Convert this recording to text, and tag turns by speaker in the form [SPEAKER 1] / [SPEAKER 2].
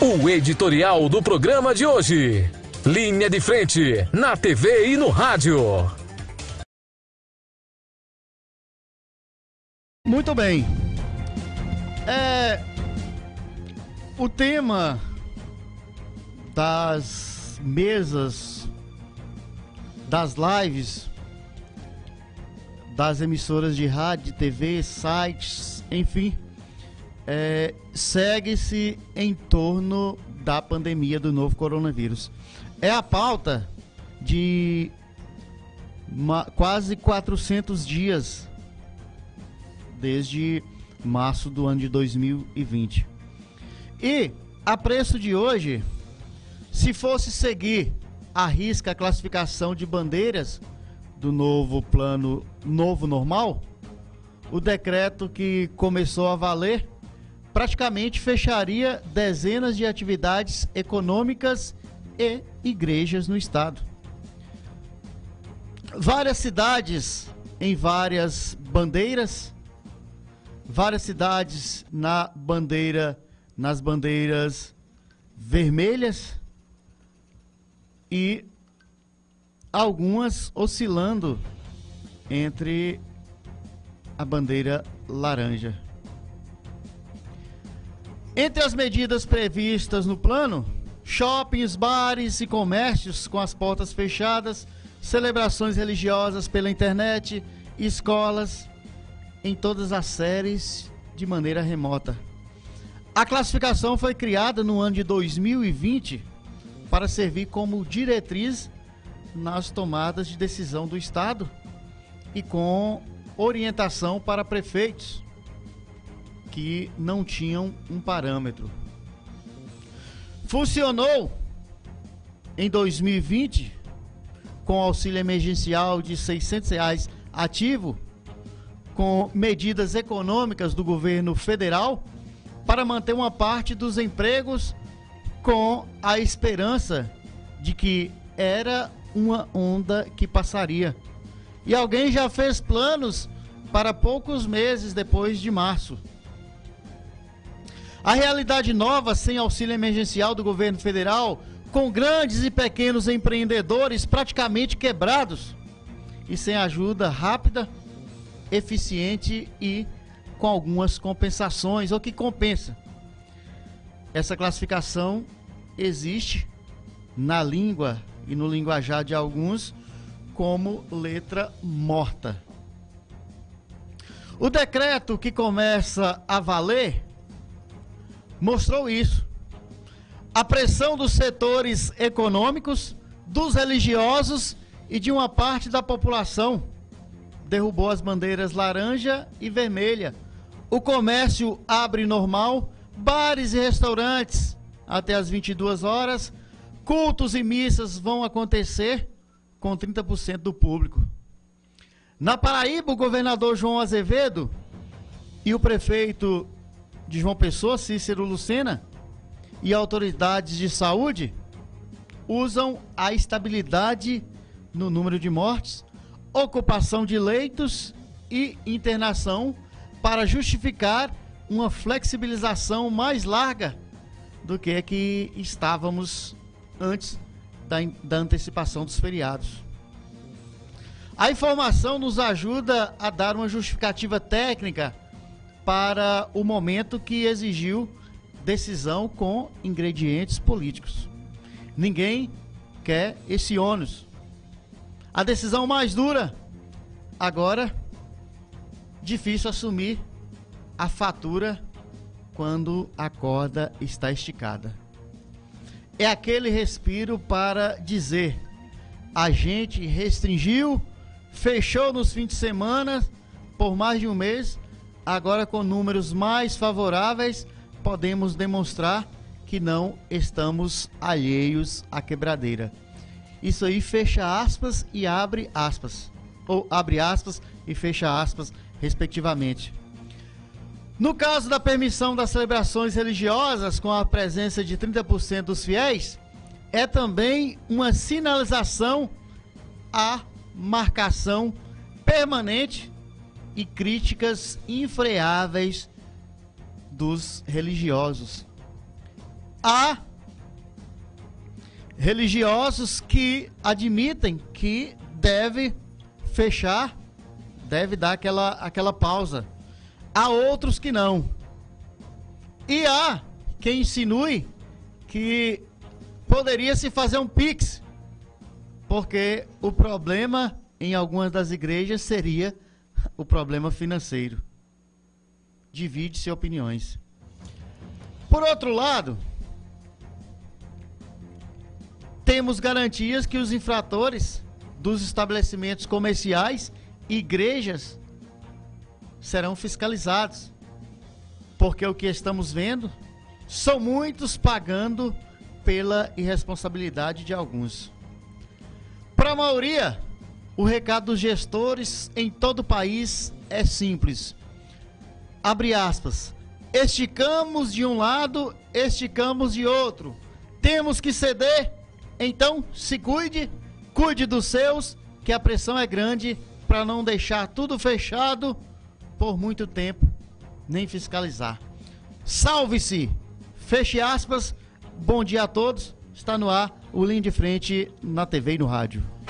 [SPEAKER 1] O editorial do programa de hoje. Linha de frente, na TV e no rádio.
[SPEAKER 2] Muito bem. O tema das mesas, das lives, das emissoras de rádio, TV, sites, enfim, segue-se em torno da pandemia do novo coronavírus. É a pauta de quase 400 dias desde março do ano de 2020. E a preço de hoje, se fosse seguir à risca a classificação de bandeiras do novo plano novo normal, o decreto que começou a valer praticamente fecharia dezenas de atividades econômicas e igrejas no estado. Várias cidades em várias bandeiras, várias cidades nas bandeiras vermelhas e algumas oscilando entre a bandeira laranja. Entre as medidas previstas no plano, shoppings, bares e comércios com as portas fechadas, celebrações religiosas pela internet, escolas em todas as séries de maneira remota. A classificação foi criada no ano de 2020 para servir como diretriz nas tomadas de decisão do Estado e com orientação para prefeitos que não tinham um parâmetro. Funcionou em 2020 com auxílio emergencial de R$600 ativo, com medidas econômicas do governo federal para manter uma parte dos empregos, com a esperança de que era uma onda que passaria. E alguém já fez planos para poucos meses depois de março. A realidade nova, sem auxílio emergencial do governo federal, com grandes e pequenos empreendedores praticamente quebrados e sem ajuda rápida, eficiente e com algumas compensações, ou que compensa. Essa classificação existe na língua e no linguajar de alguns como letra morta. O decreto que começa a valer mostrou isso. A pressão dos setores econômicos, dos religiosos e de uma parte da população derrubou as bandeiras laranja e vermelha. O comércio abre normal, bares e restaurantes até as 22 horas, cultos e missas vão acontecer com 30% do público. Na Paraíba, o governador João Azevedo e o prefeito de João Pessoa, Cícero Lucena, e autoridades de saúde usam a estabilidade no número de mortes, ocupação de leitos e internação para justificar uma flexibilização mais larga do que estávamos antes da antecipação dos feriados. A informação nos ajuda a dar uma justificativa técnica para o momento que exigiu decisão com ingredientes políticos. Ninguém quer esse ônus. A decisão mais dura, agora, difícil assumir a fatura quando a corda está esticada. É aquele respiro para dizer: a gente restringiu, fechou nos fins de semana por mais de um mês, agora com números mais favoráveis, podemos demonstrar que não estamos alheios à quebradeira. Isso aí fecha aspas e abre aspas, ou abre aspas e fecha aspas, respectivamente. No caso da permissão das celebrações religiosas com a presença de 30% dos fiéis, é também uma sinalização à marcação permanente e críticas infreáveis dos religiosos. há religiosos que admitem que deve fechar, deve dar aquela pausa. Há outros que não. E há quem insinue que poderia se fazer um Pix, porque o problema em algumas das igrejas seria o problema financeiro. Divide-se opiniões. Por outro lado, temos garantias que os infratores dos estabelecimentos comerciais e igrejas serão fiscalizados, porque o que estamos vendo são muitos pagando pela irresponsabilidade de alguns. Para a maioria, o recado dos gestores em todo o país é simples. Abre aspas. Esticamos de um lado, esticamos de outro. Temos que ceder, então se cuide, cuide dos seus, que a pressão é grande para não deixar tudo fechado por muito tempo, nem fiscalizar. Salve-se! Feche aspas. Bom dia a todos. Está no ar o Linha de Frente na TV e no rádio.